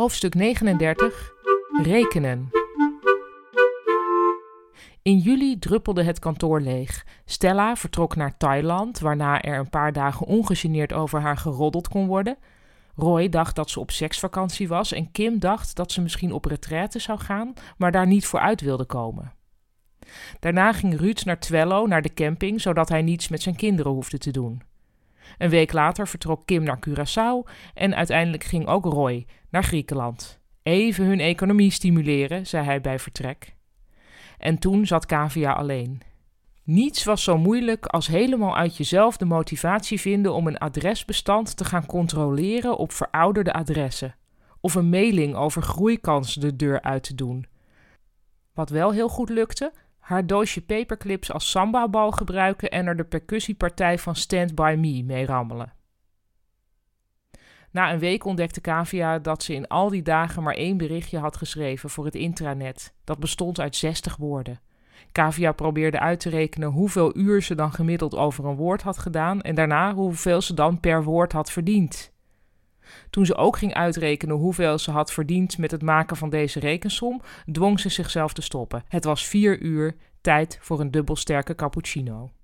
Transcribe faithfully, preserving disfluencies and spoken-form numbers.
Hoofdstuk negenendertig. Rekenen. In juli druppelde het kantoor leeg. Stella vertrok naar Thailand, waarna er een paar dagen ongegeneerd over haar geroddeld kon worden. Roy dacht dat ze op seksvakantie was en Kim dacht dat ze misschien op retraite zou gaan, maar daar niet voor uit wilde komen. Daarna ging Ruud naar Twello, naar de camping, zodat hij niets met zijn kinderen hoefde te doen. Een week later vertrok Kim naar Curaçao en uiteindelijk ging ook Roy naar Griekenland. Even hun economie stimuleren, zei hij bij vertrek. En toen zat Kavia alleen. Niets was zo moeilijk als helemaal uit jezelf de motivatie vinden om een adresbestand te gaan controleren op verouderde adressen. Of een mailing over groeikansen de deur uit te doen. Wat wel heel goed lukte, haar doosje paperclips als sambabal gebruiken en er de percussiepartij van Stand By Me mee rammelen. Na een week ontdekte Kavia dat ze in al die dagen maar één berichtje had geschreven voor het intranet. Dat bestond uit zestig woorden. Kavia probeerde uit te rekenen hoeveel uur ze dan gemiddeld over een woord had gedaan en daarna hoeveel ze dan per woord had verdiend. Toen ze ook ging uitrekenen hoeveel ze had verdiend met het maken van deze rekensom, dwong ze zichzelf te stoppen. Het was vier uur, tijd voor een dubbelsterke cappuccino.